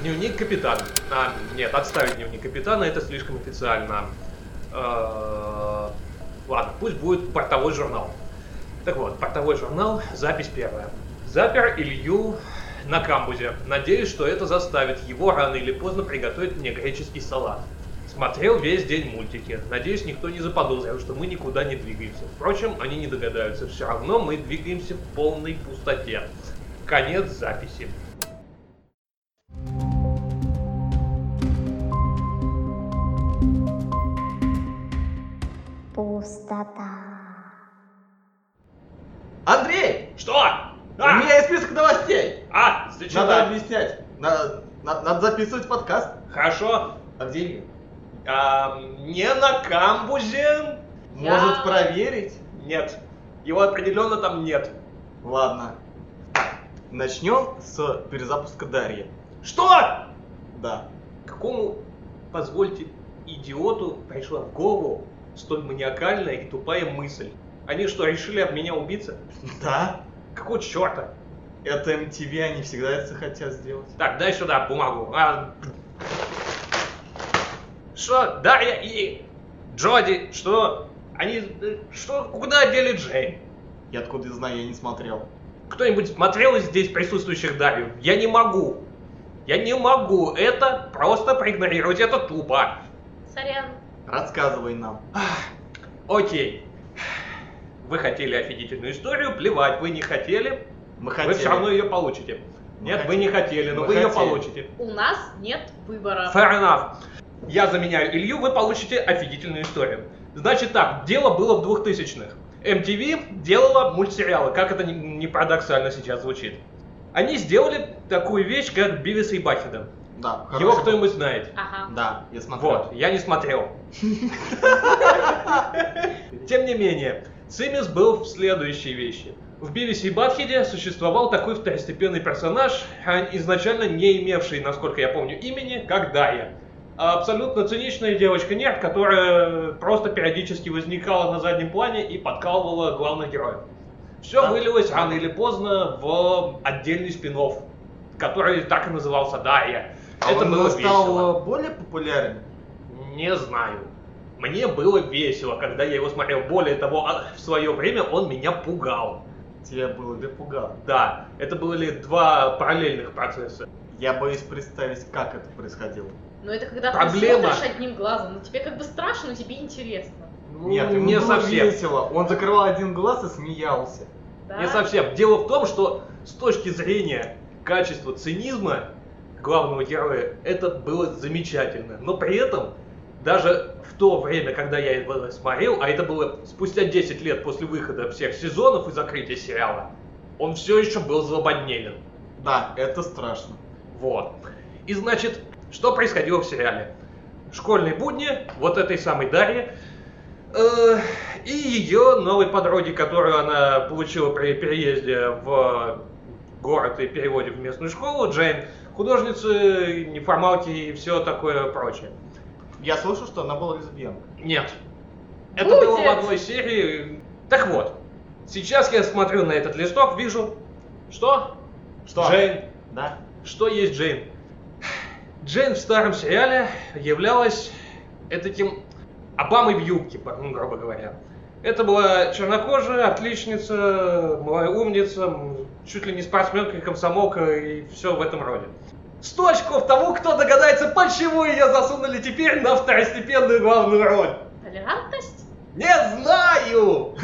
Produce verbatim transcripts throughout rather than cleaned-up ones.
Дневник капитана. А, нет, отставить дневник капитана, это слишком официально. Э-э- ладно, пусть будет бортовой журнал. Так вот, бортовой журнал, запись первая. Запер Илью на камбузе. Надеюсь, что это заставит его рано или поздно приготовить мне греческий салат. Смотрел весь день мультики. Надеюсь, никто не заподозрил, что мы никуда не двигаемся. Впрочем, они не догадаются. Все равно мы двигаемся в полной пустоте. Конец записи. Пустота. Андрей! Что? А! У меня есть список новостей! А, зачем? Надо объяснять. Надо, надо, надо записывать подкаст. Хорошо. А где Илья? А, не на камбузе. Может Я- проверить? Нет. Его определенно там нет. Ладно. Начнем с перезапуска Дарьи. Что? Да. Какому, позвольте, идиоту пришла в голову столь маниакальная и тупая мысль? Они что, решили об меня убиться? Да. Какого черта? Это эм ти ви, они всегда это хотят сделать. Так, дай сюда бумагу. А... Что, Дарья и Джоди, что? Они, э, что, куда дели Джейн? Я откуда знаю, я не смотрел. Кто-нибудь смотрел из здесь присутствующих Дарью? Я не могу. Я не могу. Это просто проигнорировать. Это тупо. Сорян. Рассказывай нам. Окей. Вы хотели офигительную историю, плевать, вы не хотели. Мы Вы хотели. все равно ее получите. Мы Нет, вы хотели. не хотели, но Мы вы ее хотели. получите. У нас нет выбора. Fair enough. Я заменяю Илью, вы получите офигительную историю. Значит так, дело было в двухтысячных. эм ти ви делала мультсериалы, как это не, не парадоксально сейчас звучит. Они сделали такую вещь, как Бивис и Баттхед. Да. Его хороший кто-нибудь знает? Ага. был. Да, я смотрел. Вот, я не смотрел. Тем не менее, цимис был в следующей вещи. В Бивисе и Баттхеде существовал такой второстепенный персонаж, изначально не имевший, насколько я помню, имени, как Дарья. Абсолютно циничная девочка-нерд, которая просто периодически возникала на заднем плане и подкалывала главных героев. Все Да. вылилось рано или поздно в отдельный спин-офф, который так и назывался Дарья. А Это он было стал весело. более популярен? Не знаю. Мне было весело, когда я его смотрел. Более того, а- в свое время он меня пугал. Тебя было напугало. Да, это были два параллельных процесса. Я боюсь представить, как это происходило. Но это когда Проблема. ты смотришь одним глазом, но тебе как бы страшно, но тебе интересно. Ну, Нет, ему не было совсем. весело. Он закрывал один глаз и смеялся. Да? Не совсем. Дело в том, что с точки зрения качества цинизма главного героя, это было замечательно. Но при этом, даже в то время, когда я его смотрел, а это было спустя десять лет после выхода всех сезонов и закрытия сериала, он все еще был злободневен. Да, это страшно. Вот. И значит, что происходило в сериале? Школьные будни вот этой самой Дарьи э, и ее новой подруги, которую она получила при переезде в город и переводе в местную школу, Джейн, художницы, неформалки и все такое прочее. Я слышал, что она была лесбиянкой. Нет. Это Будет. было в одной серии. Так вот, сейчас я смотрю на этот листок, вижу, что? Что? Джейн. Да? Что есть Джейн? Джейн в старом сериале являлась этаким Обамой в юбке, ну, грубо говоря. Это была чернокожая, отличница, моя умница, м, чуть ли не спортсменка, комсомолка и все в этом роде. сто очков тому, кто догадается, почему ее засунули теперь на второстепенную главную роль. Толерантность? Не знаю!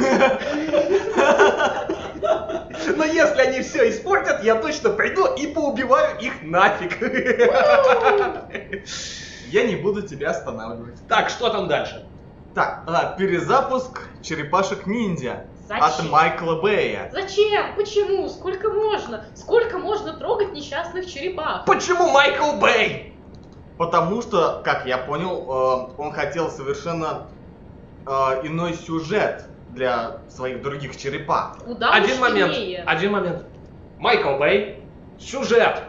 Но если они все испортят, я точно приду и поубиваю их нафиг. Я не буду тебя останавливать. Так, что там дальше? Так, а, перезапуск черепашек-ниндзя Зачем? от Майкла Бэя. Зачем? Почему? Сколько можно? Сколько можно трогать несчастных черепах? Почему Майкл Бэй? Потому что, как я понял, э, он хотел совершенно э, иной сюжет для своих других черепах. Куда Один уж момент, темнее. один момент. Майкл Бэй, сюжет.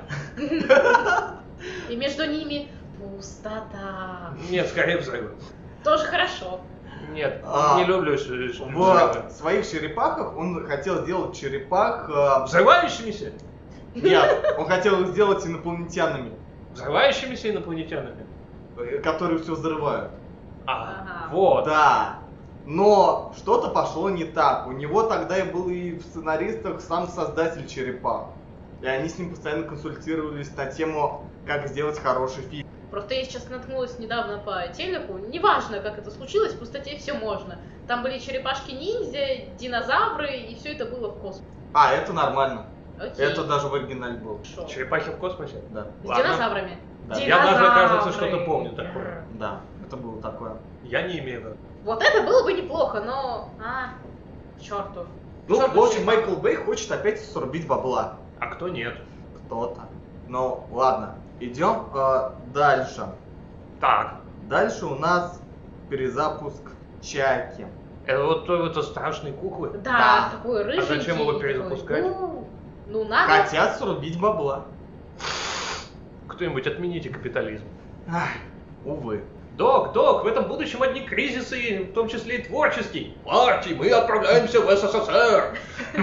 И между ними пустота. Нет, скорее взрывы. Тоже хорошо. Нет, А, не люблю ш- ш- В взрывы. своих черепахах он хотел сделать черепах... э, Взрывающимися? Нет, он хотел их сделать инопланетянами. Взрывающимися инопланетянами? э, которые все взрывают. А, Ага. вот. Да. Но что-то пошло не так. У него тогда и был и в сценаристах сам создатель черепах. И они с ним постоянно консультировались на тему, как сделать хороший фильм. Просто я сейчас наткнулась недавно по телеку, неважно, как это случилось, в пустоте все можно. Там были черепашки-ниндзя, динозавры, и все это было в космосе. А, это нормально. Окей. Это даже в оригинале было. Хорошо. Черепахи в космосе? Да. С Ладно. динозаврами. Да. Я даже, Динозавры. кажется, что-то помню такое. Да, это было такое. Я не имею в виду. Вот это было бы неплохо, но... А, к черту. Ну, Чёрт в общем, черепах. Майкл Бэй хочет опять срубить бабла. А кто нет? Кто-то. Ну, ладно. Идем э, дальше. Так, Дальше у нас перезапуск Чаки. это вот той вот страшной куклы? Да, Да. такой рыжий. зачем его перезапускать? Ну, ну надо. Хотят срубить бабла. Кто-нибудь отмените капитализм. Ах, увы. Док, док, в этом будущем одни кризисы, в том числе и творческий. Марти, мы отправляемся в СССР.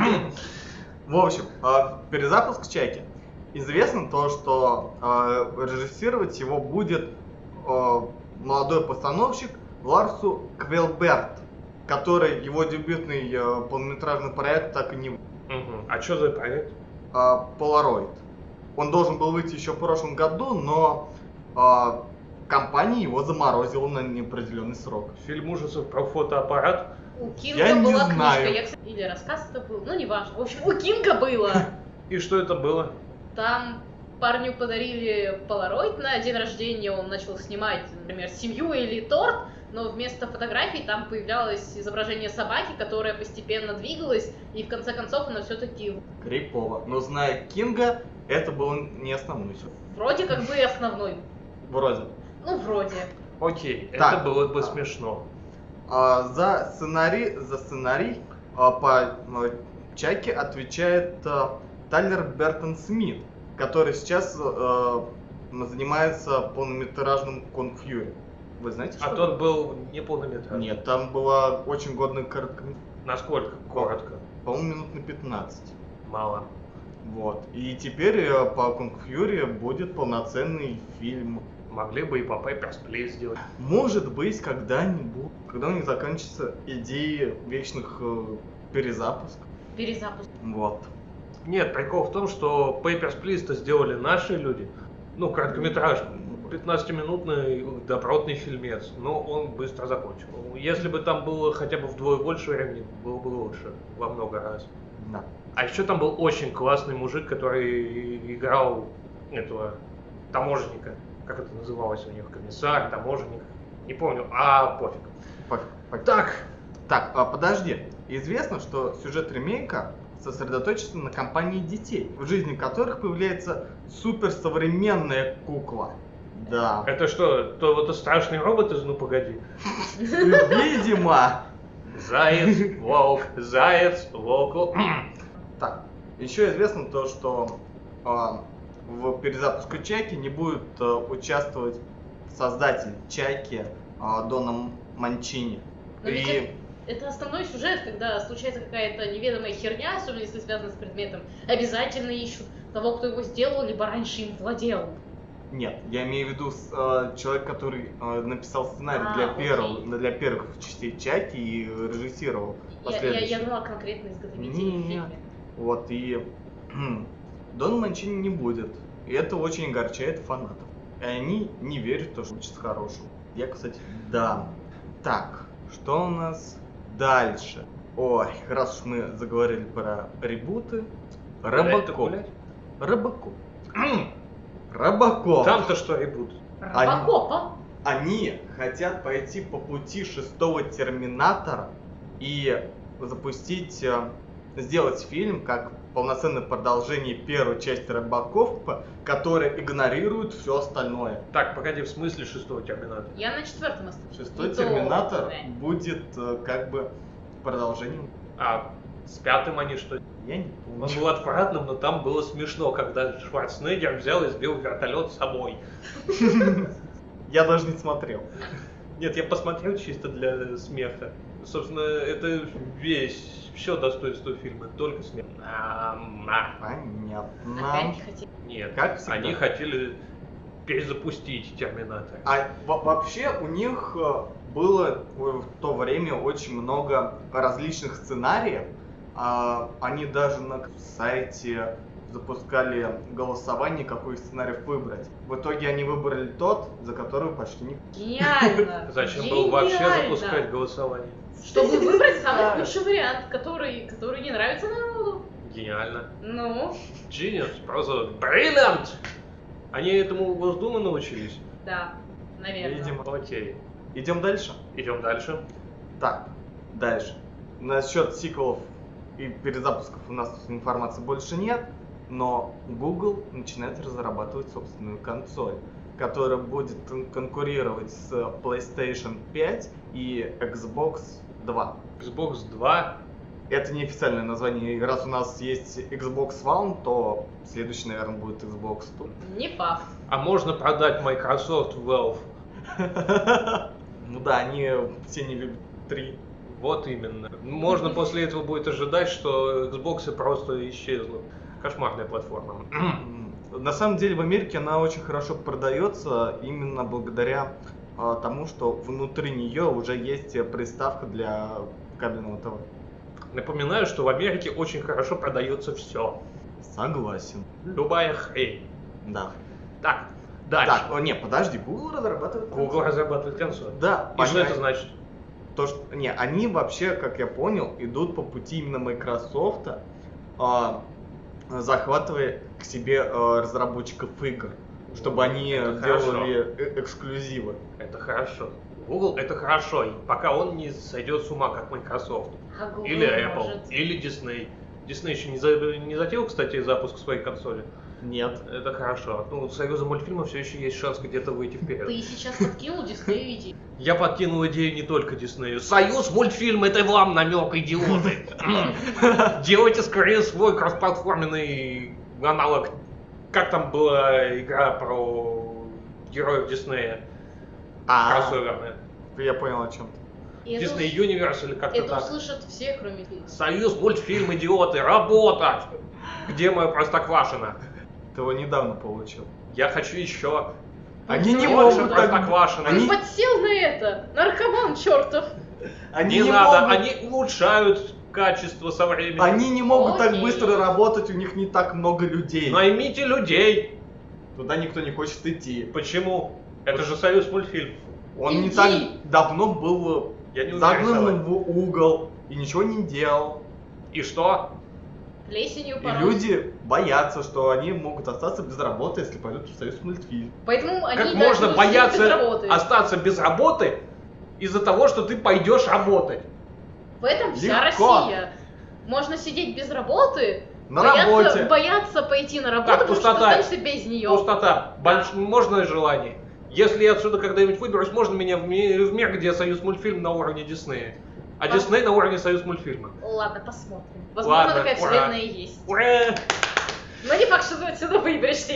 В общем, э, перезапуск Чаки. Известно то, что э, режиссировать его будет э, молодой постановщик Ларсу Квелберт, который его дебютный э, полнометражный проект так и не... Мгм. А что за проект? э, Polaroid. Он должен был выйти еще в прошлом году, но э, компания его заморозила на неопределенный срок. Фильм ужасов про фотоаппарат? У Кинга Я не была знаю. книжка, я, кстати, или рассказ это был, ну неважно. В общем, у Кинга было. И что это было? Там парню подарили Polaroid на день рождения, он начал снимать, например, семью или торт, но вместо фотографий там появлялось изображение собаки, которая постепенно двигалась, и в конце концов она все-таки Крипово. Но зная Кинга, это был не основной сюжет. вроде как бы и основной. Вроде. Ну, вроде. Окей, Так. это было бы смешно. А, за сценарий, за сценарий а, по ну, Чаки отвечает а, Тайлер Бертон Смит, который сейчас а, занимается полнометражным Конг Фьюри. Вы знаете, что А тот был не полнометражный? Нет, там была очень годная короткометражка, Насколько? Коротко. по-моему, минут на пятнадцать. Мало. Вот. И теперь э, по Конг Фьюри будет полноценный фильм. Могли бы и по Papers, Please сделать. Может быть, когда-нибудь, когда у них заканчивается идеи вечных э, перезапусков. Перезапуск. Вот. Нет, прикол в том, что Papers, Please-то сделали наши люди. Ну, короткометражку. пятнадцатиминутный добротный фильмец, но он быстро закончил. Если бы там было хотя бы вдвое больше времени, было бы лучше, во много раз. Да. А еще там был очень классный мужик, который играл этого таможенника. Как это называлось у них? Комиссар, таможенник. Не помню, а пофиг. Пофиг, пофиг. Так, Так, а, подожди. Известно, что сюжет ремейка сосредоточится на компании детей, в жизни которых появляется суперсовременная кукла. Да. это что, то вот страшный робот из «Ну погоди»? Видимо. Заяц, волк, заяц, волк. Так, еще известно то, что а, в перезапуске Чайки не будет а, участвовать создатель Чайки а, Дона Манчини. Но ведь И Это основной сюжет, когда случается какая-то неведомая херня, особенно если связана с предметом. Обязательно ищут того, кто его сделал, либо раньше им владел. нет, я имею в виду с, а, человек, который а, написал сценарий А, для, окей. первого, для первых частей Чайки и режиссировал Я, я, последующие. я думала конкретно изготовитель в Не-не. фильме. Вот, и Дон Манчини не будет. И это очень огорчает фанатов. И они не верят, что случится хорошего. Я, кстати, да. Так, что у нас дальше? Ой, раз уж мы заговорили про ребуты. Робокоп. Робокоп. Робокоп. Там-то что ребут? Они- Робокопа? Они хотят пойти по пути шестого Терминатора и запустить, э, сделать фильм как полноценное продолжение первой части Робокопа, которая игнорирует все остальное. Так, погоди, в смысле шестого Терминатора? Я на четвертом остался. Шестой И то, Терминатор да. будет э, как бы продолжением. А с пятым они что? Я не Он помню. был отвратным, но там было смешно, когда Шварценеггер взял и сбил вертолет с собой. Я даже не смотрел. Нет, я посмотрел чисто для смеха. Собственно, это весь, все достоинство фильма, только смех. Ам, а. Понятно. Опять не хотел. Нет, Как всегда. они хотели перезапустить Терминатор. А во- вообще у них э, было в то время очень много различных сценариев. А, они даже на сайте запускали голосование, какой сценарий выбрать. В итоге они выбрали тот, за который почти не... Гениально! Зачем было вообще Гениально! запускать голосование? Чтобы выбрать самый худший вариант, который, который не нравится народу. Гениально. Ну, Genius, просто brilliant! Они этому у Госдумы научились? да, наверное. Видимо. Окей. Идем дальше? Идем дальше. Так, дальше. Насчет сиквелов и перезапусков у нас тут информации больше нет, но Google начинает разрабатывать собственную консоль, которая будет кон- конкурировать с PlayStation пять и Xbox два. Xbox два. Это неофициальное название, и раз у нас есть Xbox One, то следующий, наверное, будет Xbox два. Не факт. А можно продать Microsoft Valve? Ну да, они все не любят три. Вот именно. Можно после этого будет ожидать, что Xbox просто исчезнут. Кошмарная платформа. На самом деле в Америке она очень хорошо продается именно благодаря а, тому, что внутри нее уже есть приставка для кабельного ТВ. Напоминаю, что в Америке очень хорошо продается все. Согласен. Любая хрень. Да. Так, дальше. Так, о, не, подожди, Google разрабатывает. Google разрабатывает консоль. Да. И что они- это значит? То, что, не, они вообще, как я понял, идут по пути именно Microsoft, а, захватывая к себе а, разработчиков игр, чтобы они Это делали э- эксклюзивы. Это хорошо. Google это хорошо, и пока он не сойдет с ума, как Microsoft. А Google Или Apple, может. или Disney. Disney еще не, за- не затеял, кстати, запуск своей консоли. Нет. Это хорошо. Ну, у Союза мультфильмов все еще есть шанс где-то выйти вперед. Ты сейчас подкинул Диснею идею. Я подкинул идею не только Диснею. Союз мультфильм это вам намек, идиоты. Делайте скорее свой кроссплатформенный аналог. Как там была игра про героев Диснея? А, Кроссоверная. я понял о чем. И это Disney ус- Universe или как-то Это так. услышат все, кроме тебя. Союз мультфильм, идиоты, работать! Где мое Простоквашино? Ты его недавно получил. Я хочу еще. Они не Больше могут так... Простоквашино. Они- Ты подсел на это! Наркоман чертов! Они Не, не надо, могут... они улучшают качество со временем. Они не могут так Окей. быстро работать, у них не так много людей. Наймите людей. Туда никто не хочет идти. Почему? Это же Союз мультфильм. Он не Иди. так давно был Я не умею загнан рисовать. в угол и ничего не делал. И что? Плесенью И порос. люди боятся, что они могут остаться без работы, если пойдут в Союз мультфильм. Поэтому они Как должны можно сидеть бояться без работы. остаться без работы из-за того, что ты пойдешь работать? В этом вся Легко. Россия. Можно сидеть без работы, На бояться, работе. бояться пойти на работу, Так, потому что пустота. ты останешься без нее. Пустота. Больш... Можно желание? Если я отсюда когда-нибудь выберусь, можно меня в, ми- в мир, где Союз мультфильм на уровне Диснея. А Пос- Дисней на уровне Союз мультфильма. Ладно, посмотрим. Возможно, Ладно, такая ура. вселенная есть. Ура! Но не факт, что ты отсюда выберешься.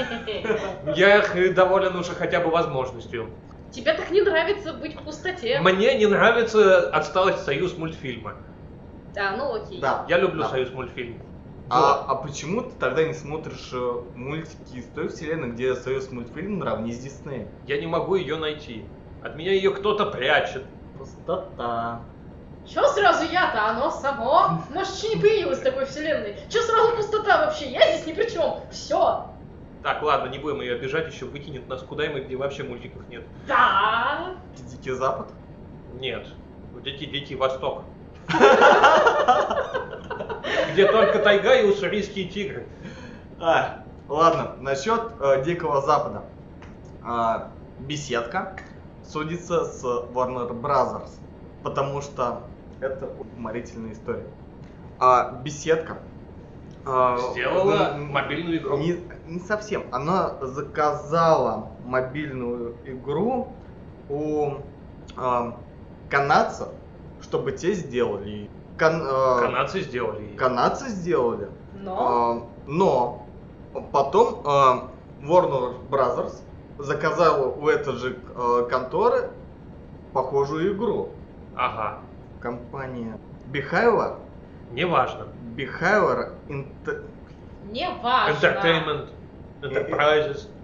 Я х- доволен уже хотя бы возможностью. Тебе так не нравится быть в пустоте. Мне не нравится отсталость Союз мультфильма. А, ну окей. Да. Я люблю Да. Союз мультфильм. А, а почему ты тогда не смотришь э, мультики из той вселенной, где Союз мультфильм наравне с Диснеем? Я не могу ее найти. От меня ее кто-то прячет. Пустота. Чё сразу я-то? Оно само? Может, еще не появилось такой вселенной? Чё сразу пустота вообще? Я здесь ни при чем. Все. Так, ладно, не будем ее обижать, еще выкинет нас куда-нибудь, где вообще мультиков нет. Да. Дикий Запад? Нет. В Дикий Дикий Восток. Где только тайга и уссурийские тигры. А, ладно, насчет э, Дикого Запада. А, беседка судится с Warner Brothers, потому что это уморительная история. А, беседка а, Сделала м, мобильную игру. Не, не совсем. Она заказала мобильную игру у а, канадцев, чтобы те сделали. её. Кан- а, Канадцы сделали ее. канадцы сделали. Но. А, но потом а, Warner Brothers заказала у этой же а, конторы похожую игру. Ага. Компания Behavior, Неважно. Behavior Int- Не важно. Entertainment, Enterprises.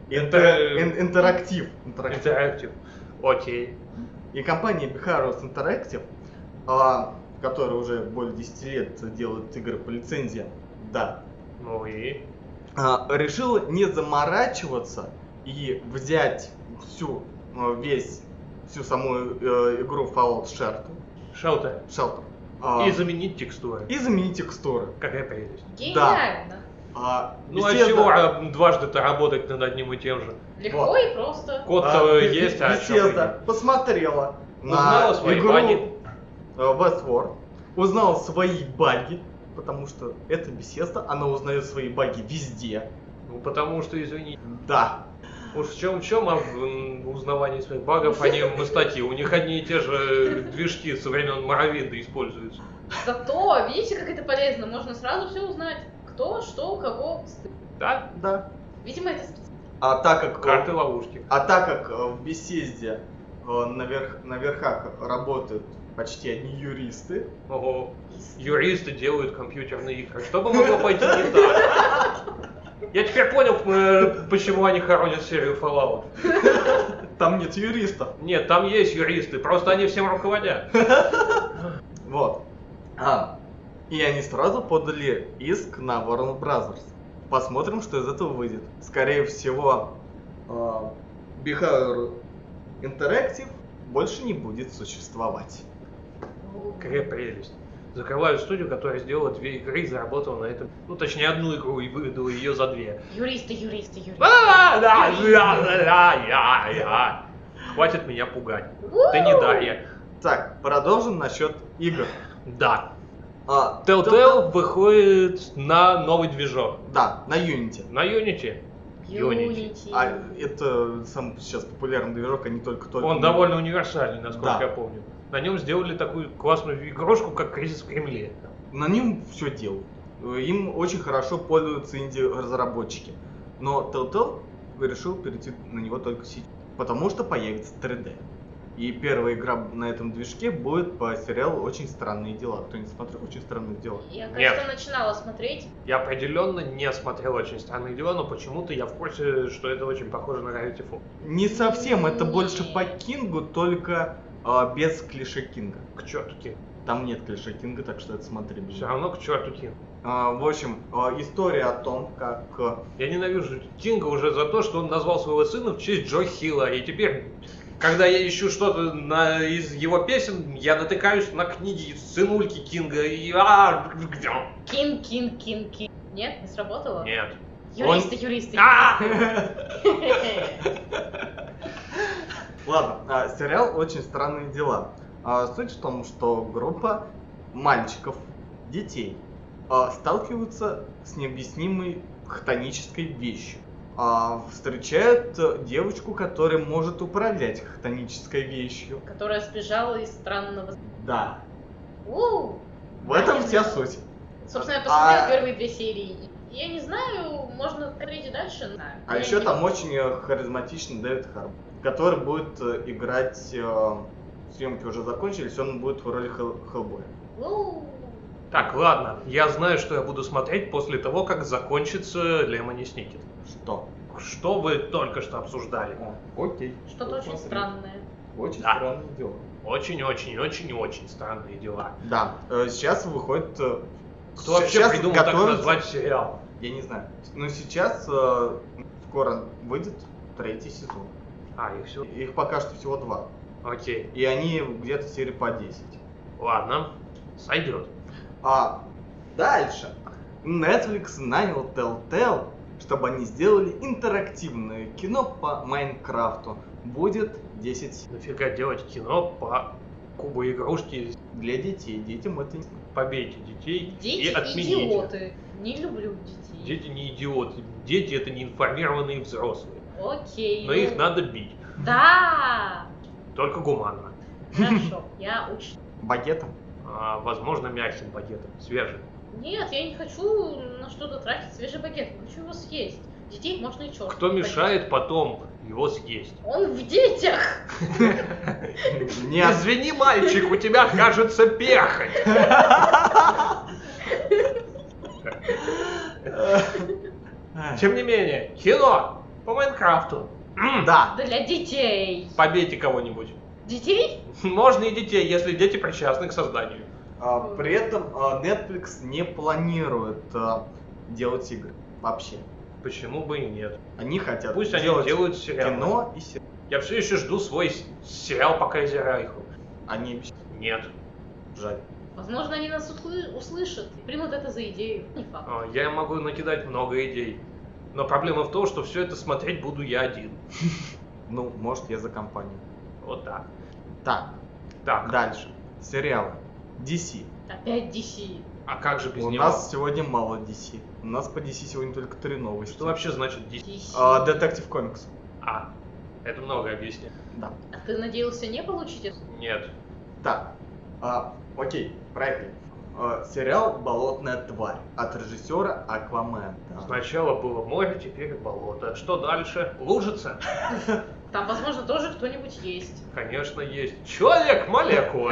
Интер- ин- Интерактив. Интерактив. Interactive. Окей. И компания Beharos Interactive, а, которая уже более десяти лет делает игры по лицензии, да, Ну и? а, решила не заморачиваться и взять всю, а, весь, всю саму э, игру Fallout Shelter, Шелтер. Shelter а, И заменить текстуры. и заменить текстуры. Какая прелесть. Гениально. А, Ну а Bethesda- чего а, дважды-то работать над одним и тем же? Легко Вот. и просто. Код-то а, есть, а чё Bethesda вы- посмотрела Узнала на свои игру баги. э, Westward, узнала свои баги, потому что это Bethesda, она узнает свои баги везде. Ну потому что, извини, Да. уж в чем в чем, а в м, узнавании своих багов они мастаки. У них одни и те же движки со времен Моровинда используются. Зато, видите, как это полезно. Можно сразу все узнать. Кто, что, у кого. Да? Да. Видимо, это специально. А так как, Карты ловушки. а так как э, в Bethesda э, наверх, на верхах работают почти одни юристы, Ого. Юристы делают компьютерные игры. Что бы могло пойти не так? Я теперь понял, э, почему они хоронят серию Fallout. там нет юристов. Нет, там есть юристы, просто они всем руководят. Вот. А, и они сразу подали иск на Warner Brothers. Посмотрим, что из этого выйдет. Скорее всего, э, Behavior Interactive больше не будет существовать. Какая прелесть. Закрывают студию, которая сделала две игры и заработала на этом. Ну, точнее, одну игру и выдала ее за две. Юристы, юристы, юристы. А, да, да, да, да, я, я. Хватит меня пугать. Ты не Дарья. Так, продолжим насчет игр. Да. А, Telltale выходит на новый движок. Да, на Unity. На Unity. Unity. А это самый сейчас популярный движок, они только-только... Он довольно универсальный, насколько Да. я помню. На нем сделали такую классную игрушку, как «Кризис в Кремле». На нем все делают. Им очень хорошо пользуются инди-разработчики. Но Telltale решил перейти на него только сейчас. Потому что появится три дэ. И первая игра на этом движке будет по сериалу «Очень странные дела». Кто не смотрел «Очень странные дела»? Я, Нет. кажется, начинала смотреть. Я определенно не смотрел «Очень странные дела», но почему-то я в курсе, что это очень похоже на Gravity Falls. Не совсем, это Не. больше по Кингу, только а, без клише Кинга. К черту Кинг. Там нет клише Кинга, так что это смотри. блин. Все равно к черту Кинг. А, в общем, а, история о том, как... а, Я ненавижу Кинга уже за то, что он назвал своего сына в честь Джо Хилла. И теперь, когда я ищу что-то на, из его песен, я натыкаюсь на книги сынульки Кинга и... А, где он? Кин, кин, кин, кин. Нет, не сработало? Нет. Юристы, Он- юристы. А! Ладно, а, сериал «Очень странные дела». А, суть в том, что группа мальчиков, детей, а, сталкиваются с необъяснимой хтонической вещью. А, встречают э, девочку, которая может управлять хтонической вещью. Которая сбежала из странного... Да, У, в этом Понятно. вся суть. Собственно, я посмотрела А- первые две серии. Я не знаю, можно смотреть и дальше. Знаю. А Я еще не- там очень э, харизматичный Дэвид Харбор, который будет э, играть... э, съемки уже закончились, он будет в роли Хелл- Хеллбоя. У, Так, ладно. Я знаю, что я буду смотреть после того, как закончится Лемони Сникет. Что? Что вы только что обсуждали. А, окей. Что-то очень Посмотри. странное. Очень Да. странное дело. Очень-очень-очень-очень странные дела. Да, э, сейчас выходит... э, Кто щ- вообще щас придумал так готовится- назвать сериал? Я не знаю. Но сейчас э, скоро выйдет третий сезон. А, их все. Их пока что всего два. Окей. И они где-то серии по десять. Ладно. Сойдет. А дальше Netflix нанял Telltale, чтобы они сделали интерактивное кино по Майнкрафту. Будет десять Нафига делать кино по кубу игрушки? для детей. Детям это не... Побейте детей и Дети отмените. идиоты. Не люблю детей. Дети не идиоты. Дети это неинформированные взрослые. Окей. Но ну, их надо бить. Да! Только гуманно. Хорошо, я учту. Багетом. А, возможно, мягким багетом. Свежим. Нет, я не хочу на что-то тратить свежий багет. Я хочу его съесть. Детей можно и черт. Кто мешает потом его съесть? Он в детях! Нет. Извини, мальчик, у тебя, кажется, перхоть. Тем не менее, кино По Майнкрафту. Да. Для детей. Побейте кого-нибудь. Детей? Можно и детей, если дети причастны к созданию. А, при этом а, Netflix не планирует а, делать игры вообще. Почему бы и нет? Они хотят Пусть они делать делают сериалы. кино и сериал. Я все еще жду свой с- сериал по Кайзер Райху. Они обещают. Нет. Жаль. Возможно, они нас услы- услышат и примут это за идею. Не факт. А, Я могу накидать много идей. Но проблема в том, что все это смотреть буду я один. Ну, может, я за компанию. Вот так. Так, Так, дальше. Сериалы. ди си. Опять ди си. а как же без У него? нас сегодня мало ди си. У нас по ди си сегодня только три новости. Что вообще значит ди си? ди си. А, Детектив комикс. А, это много объясняет. Да. А ты надеялся не получить это? Нет. Так, а, окей, проехали. А, сериал «Болотная тварь» от режиссера Аквамен. Да. Сначала было море, теперь болото. Что дальше? Лужица? Там, возможно, тоже кто-нибудь есть. Конечно, есть. Человек-молекула.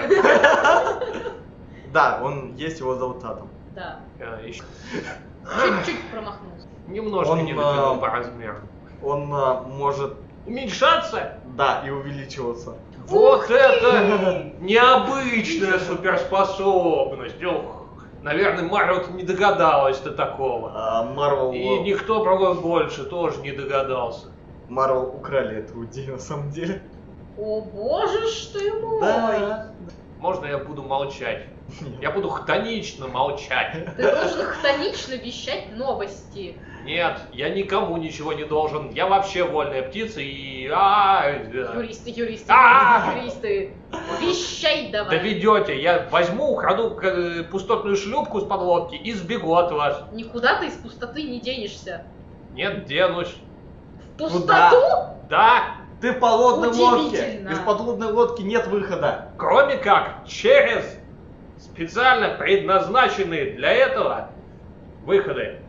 Да, он есть, его зовут Адам. Да. А, ещё Чуть-чуть промахнулся. Немножко Он, не дотянул а, по размеру. Он а, может, Уменьшаться? да, и увеличиваться. Вот это необычная суперспособность. Ох, наверное, Марвел не догадалась до такого. А, Марвел, И никто, правда, больше тоже не догадался. Марвел украли эту идею на самом деле. О боже ж ты мой! Да. Можно я буду молчать? Я буду хтонично молчать. Ты должен хтонично вещать новости. Нет, я никому ничего не должен. Я вообще вольная птица и... а, да. Юристы, юристы, А! юристы. Вещай давай. Доведете, я возьму, украду э, пустотную шлюпку с подлодки и сбегу от вас. Никуда ты из пустоты не денешься. Нет, денусь. В пустоту? Да, Ты в подводной лодке. Удивительно. Без подводной лодки нет выхода. кроме как через специально предназначенные для этого выходы.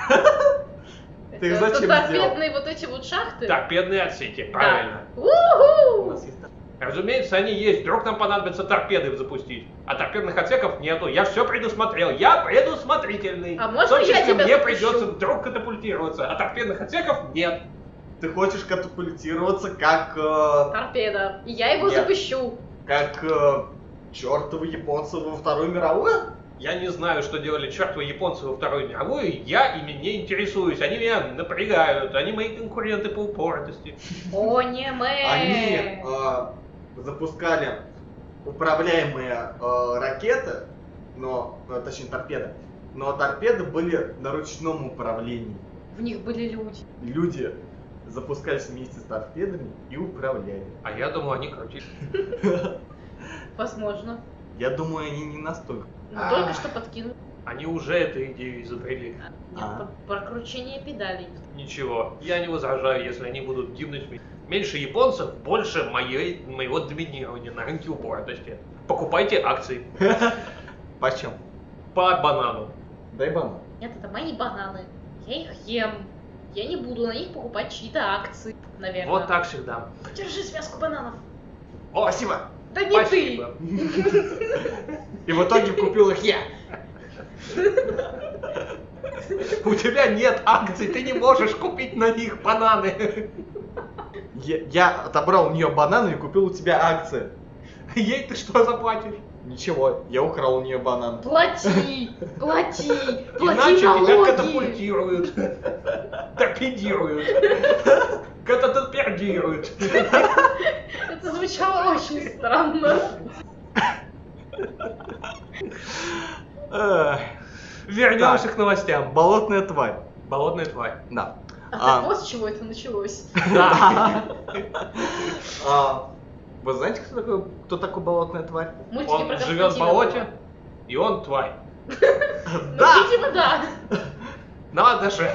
Ты их Это зачем торпедные вот эти вот шахты? Торпедные отсеки, правильно. Да. У У-ху! нас есть... Разумеется, они есть. Вдруг нам понадобится торпеды запустить. А торпедных отсеков нету. Я все предусмотрел. Я предусмотрительный. А можно В том я числе тебя мне запущу? придется вдруг катапультироваться. А торпедных отсеков нет. Ты хочешь катапультироваться как... э, Торпеда. И я его Нет. запущу. как э, чертовы японцы во Вторую мировую? Я не знаю, что делали чертовы японцы во Вторую мировую. Я ими не интересуюсь. Они меня напрягают. Они мои конкуренты по упоротости. О, не мы. Они э, запускали управляемые э, ракеты, но, э, точнее торпеды, но торпеды были на ручном управлении. В них были люди. Люди запускались вместе с торпедами и управляли. А я думаю, они крутили. Возможно. Я думаю, они не настолько. Но А. только что подкинул. Они уже эту идею изобрели. Нет, А. про- прокручение педалей. Ничего, я не возражаю, если они будут гибнуть. Меньше японцев, больше моей, моего доминирования на рынке упоротости. Покупайте акции Почем? по банану. Дай банан. Нет, это мои бананы. Я их ем. Я не буду на них покупать чьи-то акции, наверное. Вот так всегда. Держи связку бананов. О, Спасибо. Да не спасибо. И в итоге купил их я. У тебя нет акций, ты не можешь купить на них бананы. Я, я отобрал у нее бананы и купил у тебя акции. Ей ты что заплатишь? Ничего, я украл у нее банан. ты! Плати! Плати! Плати Иначе тебя налоги! катапультируют. Торпедируют. Катапультируют. Это звучало очень странно. Эх, Вернемся Так. к новостям. Болотная тварь. Болотная тварь. Да. А, так вот с чего это началось. Да. А, вы знаете, кто такой, кто такой болотная тварь? Мультики Он про живет в Константина болоте, было. и он тварь. Ну, видимо, да. Надо же.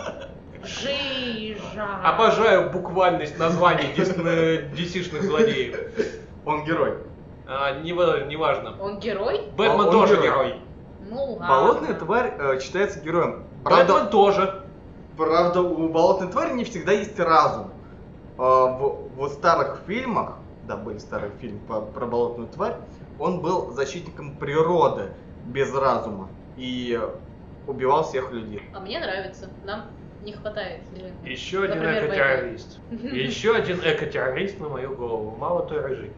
Жижа. Обожаю буквальность названий ди си-шных злодеев. Он герой. А, не, ва- не важно. Он герой? Бэтмен Он тоже герой. герой. Ну ладно. Болотная тварь э, считается героем. Правда, Бэтмен тоже. правда, у болотной твари не всегда есть разум. А, в, в старых фильмах, да, были старые фильмы по- про болотную тварь, он был защитником природы без разума и убивал всех людей. А мне нравится. Нам Не хватает. Или... Еще один Например, эко-террорист. Еще один эко-террорист на мою голову. Мало той рыжий.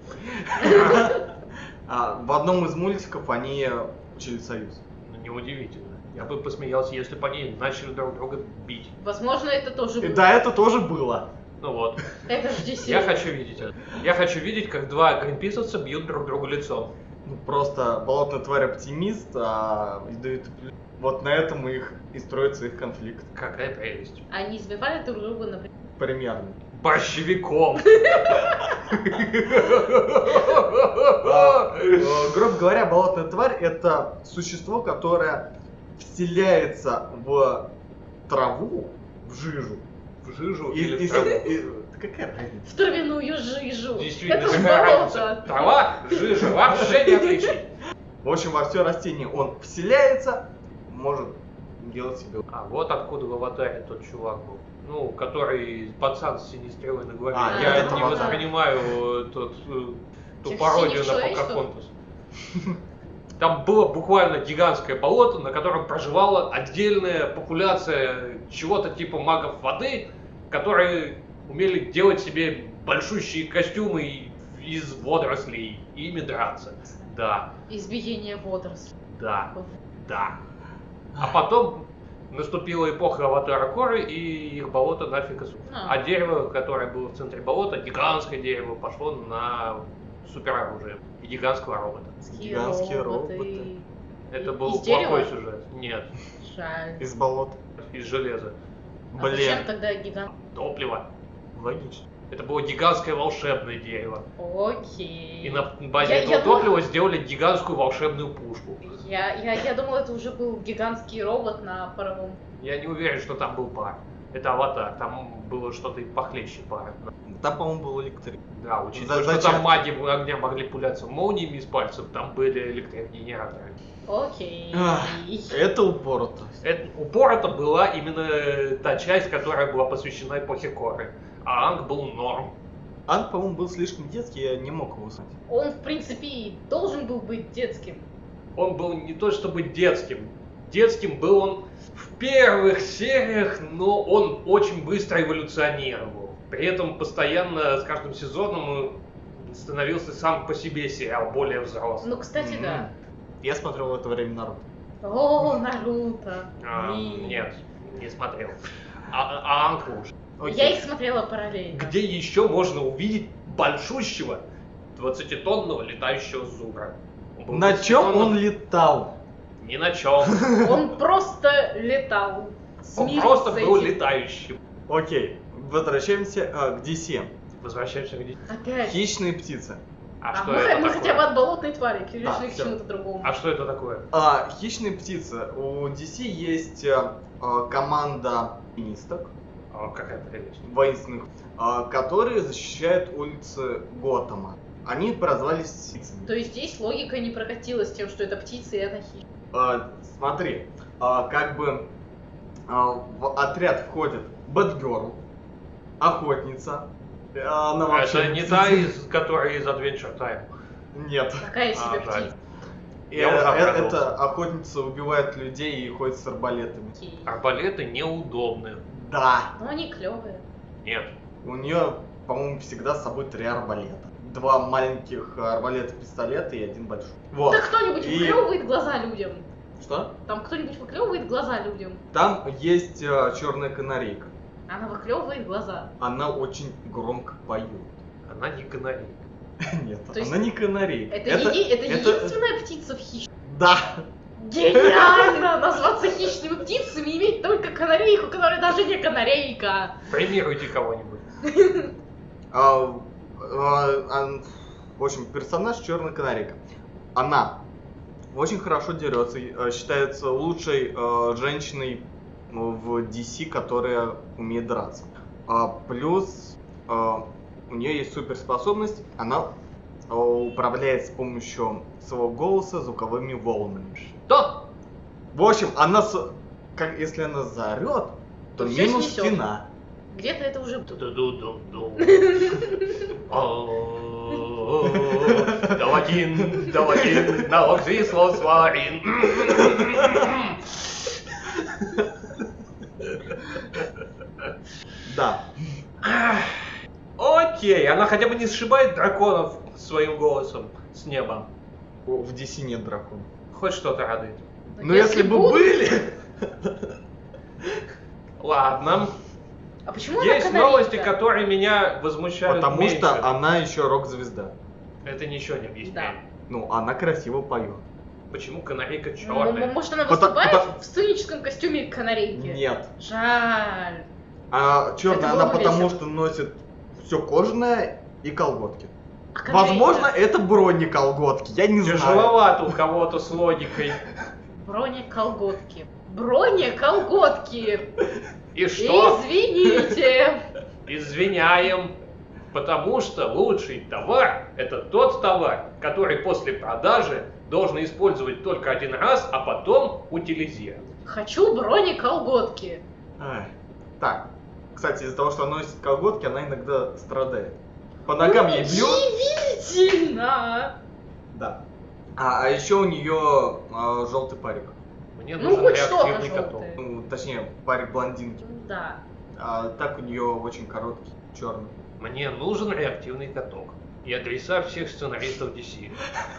А, в одном из мультиков они учили союз. Ну, неудивительно. Я бы посмеялся, если бы они начали друг друга бить. Возможно, это тоже И было. да, это тоже было. Ну вот. Это ж ди си. Я хочу видеть это. Я хочу видеть, как два гринписовца бьют друг другу лицом. Ну, просто болотная тварь оптимист, а ядовитый плющ. Вот на этом их и строится их конфликт. Какая прелесть. Они избивали друг друга, например. Примерно. Борщевиком. А, э, грубо говоря, болотная тварь это существо, которое вселяется в траву, в жижу. В жижу И- или и- в траву. и- да какая разница? В травяную жижу. Действительно, Это ж какая разница? болото. Трава, жижа, вообще не отличить. В общем, во все растение он вселяется, может делать себе. А вот откуда в аватаре тот чувак был. Ну, который пацан с синей стрелой на голове. А, Я это не Аватар. воспринимаю э, тот, э, ту Тех пародию синих на человечков? Покахонтас. Там было буквально гигантское болото, на котором проживала отдельная популяция чего-то типа магов воды, которые умели делать себе большущие костюмы из водорослей и ими драться. Да, Избиение водорослей. да, да. А потом наступила эпоха аватара Коры, и их болото нафиг осу- А. А дерево, которое было в центре болота, гигантское дерево, пошло на супероружие и гигантского робота. Гигантские роботы. Это И- был из дерева? плохой сюжет. Нет, Жаль. Из болот. из железа. А зачем Блин, тогда гигант? Топливо. логично. Это было гигантское волшебное дерево. Окей. И на базе Я- этого я топлива сделали гигантскую волшебную пушку. Я, я, я думала, это уже был гигантский робот на паровом. Я не уверен, что там был пар. Это аватар, там было что-то и похлеще пара. Там, по-моему, был электрик. Да, учитывая, За- что зачем? там маги огня могли пуляться молниями из пальцев, там были электрогенераторы. Окей. Ах, Это упорото. Это, упора-то была именно та часть, которая была посвящена эпохе Коры. А Анг был норм. Анг, по-моему, был слишком детский, я не мог его узнать. Он, в принципе, и должен был быть детским. Он был не то чтобы детским. Детским был он в первых сериях, но он очень быстро эволюционировал. При этом постоянно с каждым сезоном становился сам по себе сериал более взрослым. Ну, кстати, М. да. Я смотрел в это время Наруто. О, Наруто. А, Блин. нет, не смотрел. А, а Анг лучше. Я их смотрела параллельно. Где еще можно увидеть большущего двадцатитонного летающего зубра? Он был На чем двадцатитонным? он летал? Ни на чем. Он просто летал. Он Смирился просто с был этим. летающим. Окей, возвращаемся а, к ди си. Возвращаемся к ди- Опять. Хищные птицы. А, А что мы, это мы такое? хотя бы от болотной твари перешли Да, к всё. чему-то другому. А что это такое? А, хищные птицы. У ди си есть а, а, команда министок, А, какая прелесть. воинственных, а, которые защищают улицы Готэма. Они прозвались птицами. То есть здесь логика не прокатилась с тем, что это птицы и это хищник. А, смотри, а, как бы а, в отряд входит Бэтгерл, охотница. а, Она вообще Это не та, из которой из Adventure Time. Нет. Такая себе А, жаль. птица. Э, Я уже э, обрадовался. Это охотница убивает людей и ходит с арбалетами. Окей. Арбалеты неудобны. Да. Ну они клевые. Нет. У нее, по-моему, всегда с собой три арбалета. Два маленьких арбалета-пистолета и один большой. Вот. Так кто-нибудь И- выклевывает глаза людям? Что? Там кто-нибудь выклевывает глаза людям? Там есть черная канарейка. Она выклевывает глаза. Она очень громко поет. Она не канарейка. Нет, То есть она не канарейка. Это, еди- это единственная птица в хищнике. Да. Гениально! Назваться хищными птицами и иметь только канарейку, которая даже не канарейка. Премируйте кого-нибудь. А, а, а, в общем, персонаж черная канарейка. Она очень хорошо дерется, э, считается лучшей э, женщиной в ди си, которая умеет драться. А, плюс э, у нее есть суперспособность, она э, управляет с помощью своего голоса звуковыми волнами. Что? В общем, она, с- как, если она заорет, то То всё минус снесёт. стена. Где-то это уже... Ду-ду-ду-ду. Давагин, давагин, на локзисло сварин. Да. Окей, она хотя бы не сшибает драконов своим голосом с неба. О, в ди си нет драконов. Хоть что-то радует. Ну если бы будут- были... Ладно. А почему она Есть канарейка? новости, которые меня возмущают Потому меньше. что она еще рок-звезда. Это ничего не объясняет. Ну, она красиво поет. Почему канарейка Ну, черная? может, она Пота- выступает пота- в сценическом костюме канарейки? Нет. Жаль. А черная Это было она бы потому, весело. что носит все кожаное и колготки. А канарейка? Возможно, это брони-колготки, я не знаю. Тяжеловато у кого-то с логикой. Броня-колготки. Броня-колготки. И что? Извините. Извиняем. Потому что лучший товар – это тот товар, который после продажи должен использовать только один раз, а потом утилизировать. Хочу броня-колготки. Ай. Так, кстати, из-за того, что она носит колготки, она иногда страдает. По ногам ей бьет. Удивительно. Да. А, а еще у нее желтый парик. Мне Ну, нужен хоть что-то реактивный каток. желтое. Ну, точнее, парик блондинки. Да. А так у нее очень короткий, черный. Мне нужен реактивный каток. И адреса всех сценаристов ди си.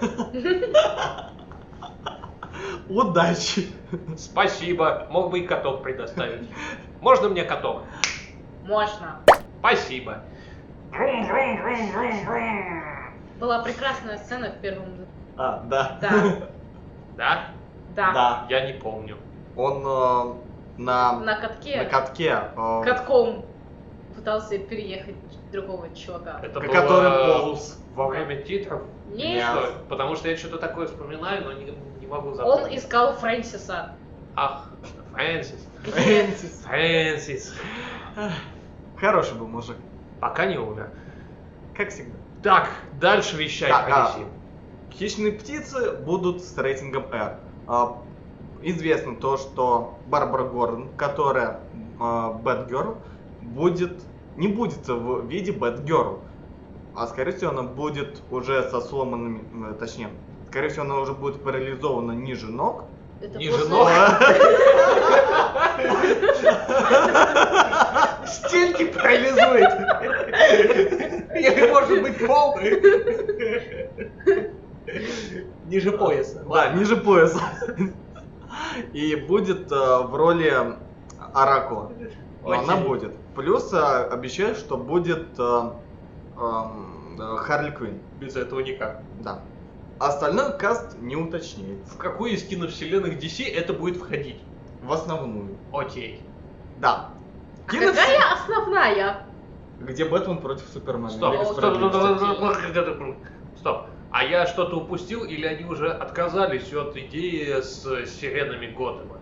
Удачи! Спасибо. Мог бы и каток предоставить. Можно мне каток? Можно. Спасибо. Брум-брум-брум-брум-брум. Была прекрасная сцена в первом... А, да. Да. Да? Да. Да. Я не помню. Он э, на, На катке. на катке, э, Катком пытался переехать другого чувака. Это к- было который полз. во время титров? Нет. Что? Потому что я что-то такое вспоминаю, но не, не могу Он запомнить. искал Фрэнсиса. Ах, Фрэнсис. Фрэнсис. Фрэнсис. Хороший был мужик, Пока не умер. как всегда. Так, дальше вещай Так, про а, ди си. Хищные птицы будут с рейтингом R. А, известно то, что Барбара Гордон, которая а, Бэтгерл, будет, не будет в виде Бэтгерл, а скорее всего она будет уже со сломанными, э, точнее, скорее всего она уже будет парализована ниже ног. Это Ниже после- ног? Стенки парализует. Или может быть полный. Ниже пояса. Да, ниже пояса. И будет э, в роли Оракула. Но она Окей. будет. Плюс э, обещают, что будет э, эм, э, Харли Квинн. Без этого никак. Да. Остальной каст не уточняет. В какую из киновселенных ди си это будет входить? В основную. Окей. Да. А Киновсе- какая основная? Где Бэтмен против Супермена. Стоп, Лига стоп, стоп, стоп, Справедливости. стоп, стоп, стоп. Стоп. А я что-то упустил, или они уже отказались от идеи с сиренами Готэма?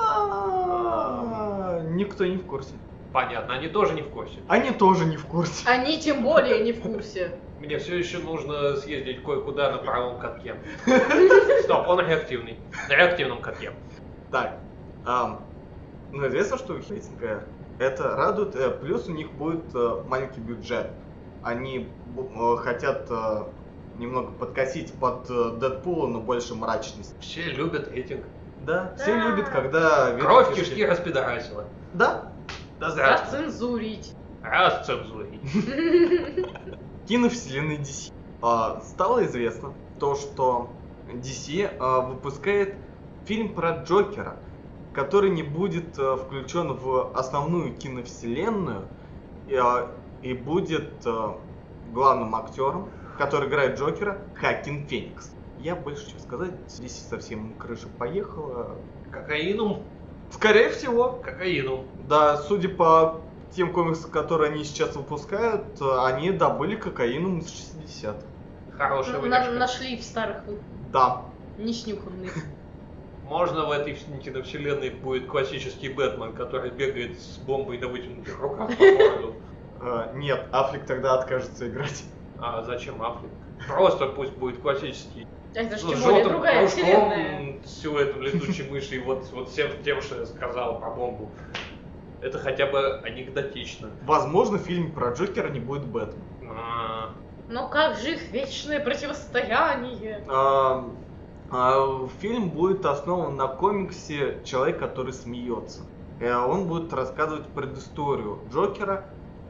А, Никто не в курсе. Понятно, они тоже не в курсе. Они тоже не в курсе. Они тем более не в курсе. Мне все еще нужно съездить кое-куда на правом катке. Стоп, он реактивный. На реактивном катке. Так. ам, Ну, известно, что у них рейтинг R. Это радует. э, Плюс у них будет э, маленький бюджет. Они бу- э, хотят э, немного подкосить под э, Дэдпула, но больше мрачность. Все любят рейтинг. Да, все Да. любят, когда... видно Кровь фишки. кишки распидорасила. Да. Да здравствуй. Зацензурить. Расцензурить. Киновселенной ди си. А, стало известно то, что ди си а, выпускает фильм про Джокера, который не будет а, включен в основную киновселенную и, а, и будет а, главным актером, который играет Джокера, Хоакин Феникс. Я больше чего сказать, ди си совсем крыша поехала. Кокаином. Скорее всего. Кокаином. Да, судя по тем комиксам, которые они сейчас выпускают, они добыли кокаином из шестидесятых. Хорошая На- выдержка. Нашли в старых Да. неснюханных. Можно в этой киновселенной будет классический Бэтмен, который бегает с бомбой на вытянутых руках по городу. Э, нет, Аффлек тогда откажется играть. А зачем Аффлек? Просто пусть будет классический. А это же Ну, тем с более желтым другая кружком, вселенная. с силуэтом летучей мыши, и вот, вот всем тем, что я сказал про бомбу. Это хотя бы анекдотично. Возможно, в фильме про Джокера не будет Бэтмен. А, Но как же их вечное противостояние? А, а, фильм будет основан на комиксе «Человек, который смеется». Э, Он будет рассказывать предысторию Джокера,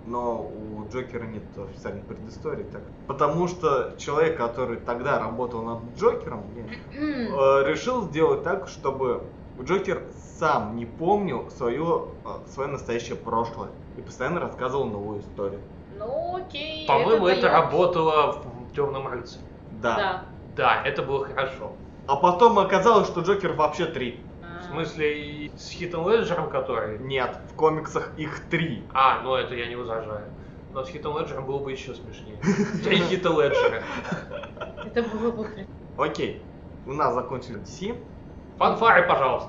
но у Джокера нет официальной предыстории. Так. Потому что человек, который тогда работал над Джокером, э, решил сделать так, чтобы Джокер сам не помнил свое, свое настоящее прошлое и постоянно рассказывал новую историю. Ну окей. По-моему, это, это даёт. работало в Темном рыцаре. Да. Да. Да, это было хорошо. А потом оказалось, что Джокер вообще три. В смысле, и с Хитом Леджером, который... Нет, в комиксах их три. А, ну это я не возражаю. Но с Хитом Леджером было бы еще смешнее. Три Хита Леджера. Это было бы прикольно. Окей, у нас закончили ди си. Фанфары, пожалуйста.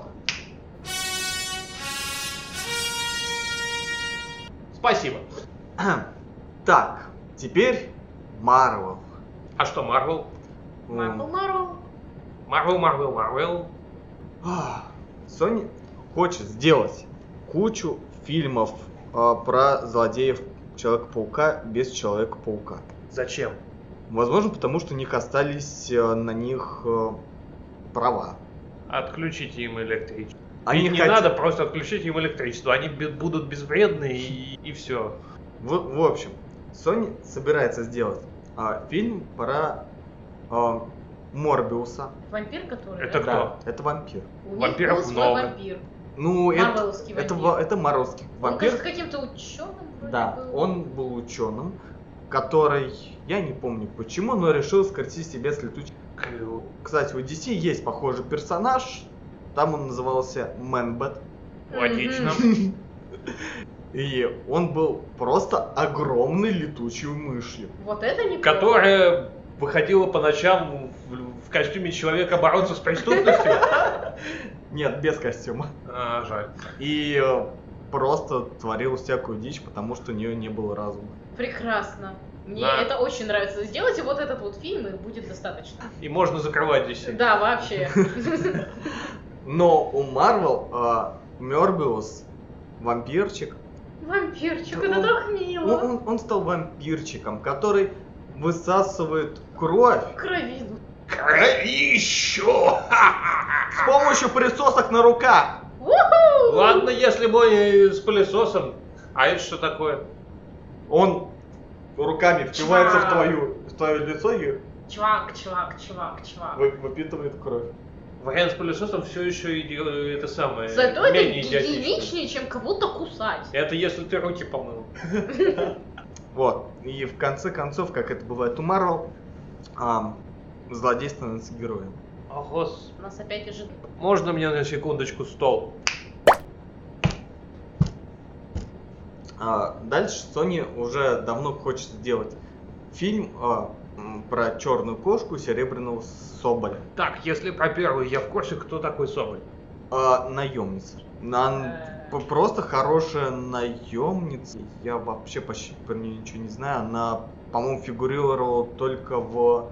Спасибо. Так, теперь Марвел. А что, Марвел? Марвел, Марвел. Марвел, Марвел, Марвел. Sony хочет сделать кучу фильмов э, про злодеев Человека-паука без Человека-паука. Зачем? Возможно, потому что у них остались э, на них э, права. Отключите им электричество. Они Ведь не хот- надо просто отключить им электричество. Они бе- будут безвредны и, и все. В, в общем, Sony собирается сделать э, фильм про э, Морбиуса. Вампир, который. Это да? кто? Да, это вампир. У них Вампиров был свой много. вампир. Ну, это, Марвеловский это, вампир. ва- это марвелский Он, вампир. кажется, каким-то ученым вроде Да, был. он был ученым, который, я не помню почему, но решил скрестить себя с летучей. Кстати, у ди си есть похожий персонаж, там он назывался Мэнбэт. Логично. И он был просто огромной летучей мышью. Вот это не Которая выходила по ночам в, в костюме человека бороться с преступностью. Нет, без костюма. А, жаль. И э, просто творил всякую дичь, потому что у нее не было разума. Прекрасно. Мне Да. это очень нравится. Сделайте вот этот вот фильм, и будет достаточно. И можно закрывать здесь. Да, вообще. Но у Марвел э, Морбиус, вампирчик, Вампирчик, Он- это так он, мило. он- он стал вампирчиком, который высасывает кровь Кровину. Кровищу! с помощью присосок на руках. Уху! Ладно, если бы и с пылесосом. А это что такое? Он руками впивается в, Чувак. твою, в твое лицо и Чувак, чувак, чувак, чувак. вы- выпитывает кровь. Вариант с пылесосом все еще иди- это самое. Зато это менее идиотичный. гигиеничнее, чем кого-то кусать. Это если ты руки помыл. Вот. И в конце концов, как это бывает у Марвел, ам, злодей становится героем. О, гос. У нас опять ожидает. Можно мне на секундочку стол? А, дальше Sony уже давно хочет сделать фильм а, м, про черную кошку и серебряного соболя. Так, если про первую, я в курсе, кто такой Соболь. А, наемница. Она Э. п- просто хорошая наемница. Я вообще почти про нее ничего не знаю. Она, по-моему, фигурировала только в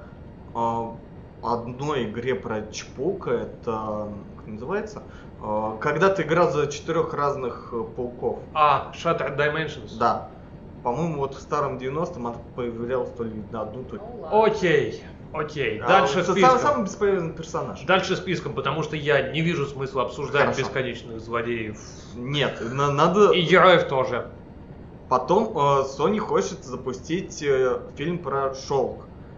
а, одной игре про Чпока. Это как называется? А, когда ты играл за четырех разных э, пауков. А, Shattered Dimensions. Да. По-моему, вот в старом девяностом она появлялась то ли на одну, то ли. Ну ладно. Окей, окей. А, Дальше это списком. сам- самый бесполезный персонаж. Дальше списком, потому что я не вижу смысла обсуждать Хорошо. бесконечных злодеев. Нет, на- надо. И героев тоже. Потом э, Sony хочет запустить э, фильм про Шелк.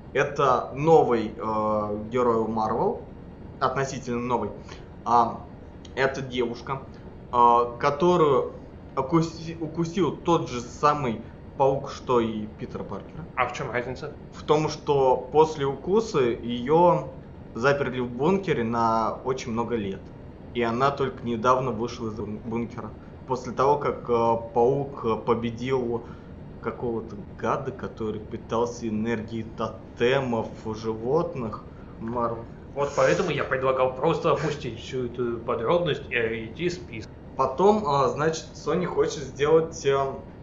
Это новый э, герой у Marvel, относительно новый. А, это девушка, э, которую окуси- укусил тот же самый паук, что и Питера Паркера. А в чем разница? В том, что после укуса ее заперли в бункере на очень много лет. И она только недавно вышла из бункера. После того, как э, паук э, победил какого-то гада, который питался энергией тотемов животных. Марвел. Вот поэтому я предлагал просто опустить всю эту подробность и идти список. Потом, э, значит, Sony хочет сделать э,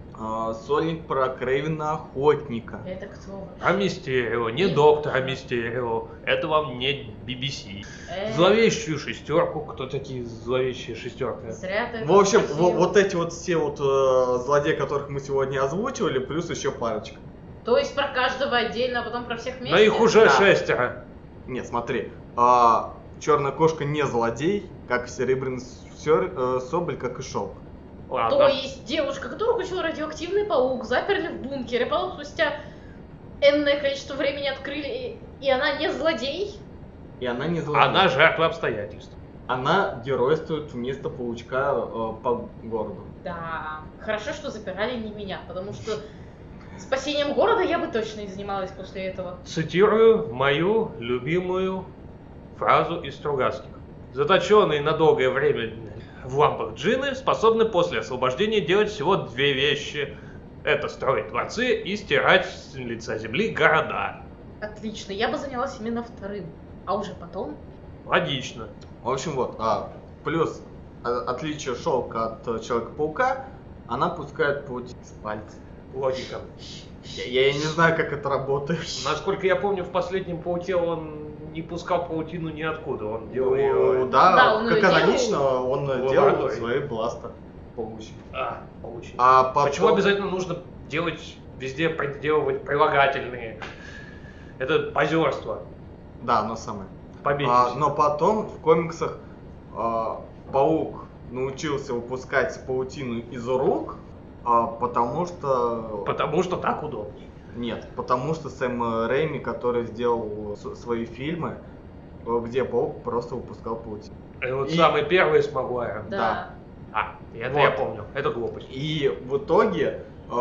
э, сольник про Крейвена Охотника. Это кто вообще? А Мистерио, не Не доктора знаю. Мистерио, это вам не би би си. Э, Зловещую шестерку, кто такие зловещие шестерка? Зря ты это В общем, спросил. во- вот эти вот все вот э, злодеи, которых мы сегодня озвучивали, плюс еще парочка. То есть про каждого отдельно, а потом про всех вместе? Но их уже Да. шестеро. Нет, смотри, а, черная кошка не злодей, как серебряный сер- э, соболь, как и шелк. Ладно. То есть девушка, которую учил радиоактивный паук, заперли в бункере, потом спустя энное количество времени открыли, и она не злодей? И она не злодей. Она жертва обстоятельств. Она геройствует вместо паучка э, по городу. Да, хорошо, что запирали не меня, потому что спасением города я бы точно не занималась после этого. Цитирую мою любимую фразу из Стругацких. Заточенные на долгое время в лампах джинны способны после освобождения делать всего две вещи. Это строить дворцы и стирать с лица земли города. Отлично, я бы занялась именно вторым. А уже потом? Логично. В общем, вот. А, плюс а, отличие Шелка от э, Человека-паука, она пускает путь с пальца. Логика. Я, я не знаю, как это работает. Насколько я помню, в последнем пауке он не пускал паутину ниоткуда. Он делал Ну, ее... да, Да, он как её канонично, он в делал лаборатории. свои бластер паучьи. А, паучьи. А потом... Почему обязательно нужно делать, везде проделывать прилагательные? Это позерство. Да, оно самое. Победить. А, но потом в комиксах а, паук научился выпускать паутину из рук, а, потому что... Потому что так удобнее. Нет, потому что Сэм Рэйми, который сделал с- свои фильмы, э, где паук просто выпускал паутину. Это вот И- самый первый с Магуайром. Да. А, это Вот. я помню. Это глупость. И в итоге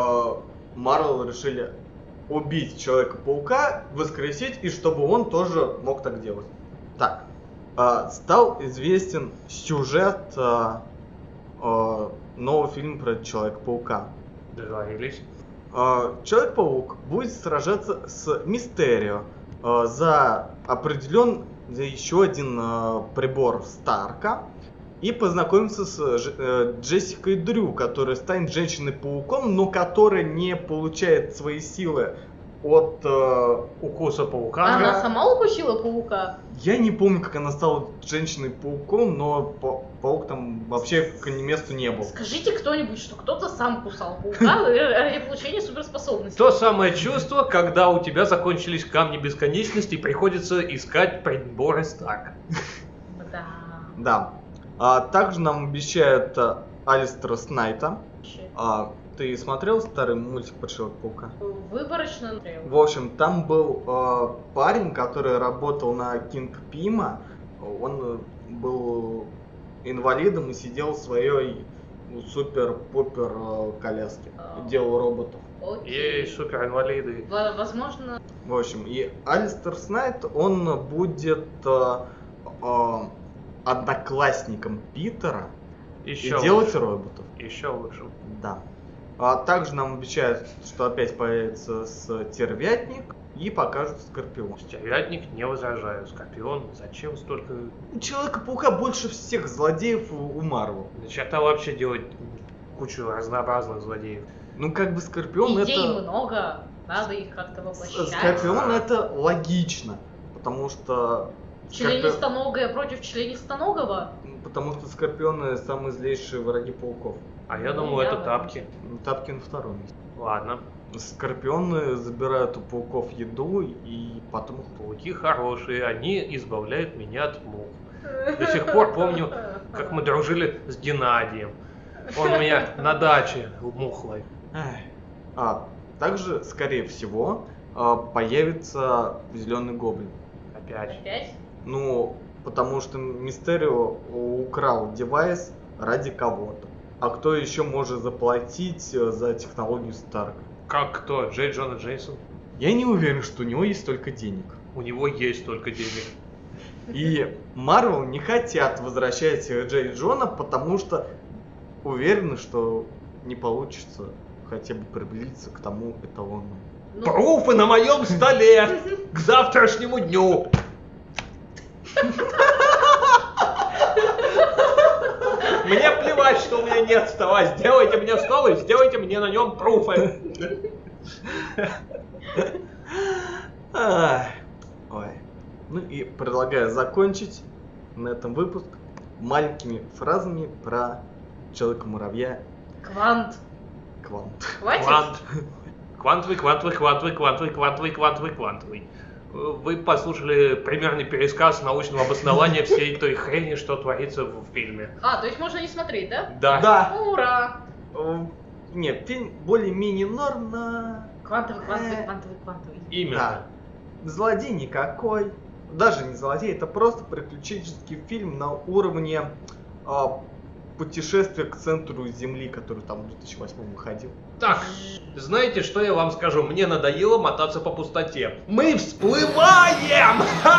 Марвел решили убить Человека-паука, воскресить, и чтобы он тоже мог так делать. Так, а, стал известен сюжет а, а, нового фильма про Человека-паука. Договорились. А, Человек-паук будет сражаться с Мистерио а, за определен за еще один а, прибор Старка и познакомиться с Ж- э, Джессикой Дрю, которая станет Женщиной-пауком, но которая не получает свои силы от... э, Укуса паука. А она Ага. сама укусила паука? Я не помню, как она стала Женщиной-пауком, но па- паук там вообще к месту не был. Скажите кто-нибудь, что кто-то сам кусал паука ради получения суперспособностей. То самое чувство, когда у тебя закончились камни бесконечности и приходится искать приборы Старка. Да. Да. А также нам обещают а, Алистера Снайта. А, ты смотрел старый мультик про Человека-паука? Выборочно смотрел. В общем, там был э, парень, который работал на Кинг Пима. Он э, был инвалидом и сидел в своей ну, супер-пупер э, коляске. А. Делал роботов. Окей. Ей, супер инвалиды. В- Возможно, В общем, и Алистер Снайт, он будет э, э, одноклассником Питера Еще и делать лучше. роботов. Еще лучше. Да. А также нам обещают, что опять появится Стервятник и покажут Скорпион. Стервятник, не возражаю. Скорпион, зачем столько... У Человека-паука больше всех злодеев у у Марвел. На черта вообще делать кучу разнообразных злодеев. Ну, как бы Скорпион идей это... много, надо их как-то воплощать. Скорпион это логично, потому что... Скорпион... Членистоногая против членистоногого? Потому что Скорпионы самые злейшие враги пауков. А я Ну, думал, я это вот. тапки. Тапки на втором месте. Ладно. Скорпионы забирают у пауков еду и потом их... Пауки хорошие, они избавляют меня от мух. До сих пор помню, как мы дружили с Геннадием. Он у меня на даче мух ловит. Эх. А, также, скорее всего, а, появится Зеленый Гоблин. Опять. Опять? Ну, потому что Мистерио украл девайс ради кого-то. А кто еще может заплатить э, за технологию Старка? Как кто? Джей Джона Джейсон? Я не уверен, что у него есть столько денег. У него есть столько денег. И Марвел не хотят возвращать Джей Джона, потому что уверены, что не получится хотя бы приблизиться к тому эталону. Ну, Пруфы на моем столе к завтрашнему дню. Мне плевать, что у меня нет стола. Сделайте мне стол и сделайте мне на нем пруфы. Ай, ой. Ну и предлагаю закончить на этом выпуск маленькими фразами про Человека-муравья Квант. Квант. Хватит? Квант. Квантовый, квантовый, квантовый, квантовый, квантовый, квантовый, квантовый. Вы послушали примерный пересказ научного обоснования всей той хрени, что творится в фильме. А, то есть можно не смотреть, да? Да. Да. Ура! Э, Нет, фильм более-менее норм, но... Квантовый, квантовый, Э. квантовый, квантовый. Именно. Да. Злодей никакой. Даже не злодей, это просто приключенческий фильм на уровне а, путешествия к центру Земли, который там в две тысячи восьмом выходил. Так, знаете, что я вам скажу? Мне надоело мотаться по пустоте. Мы всплываем!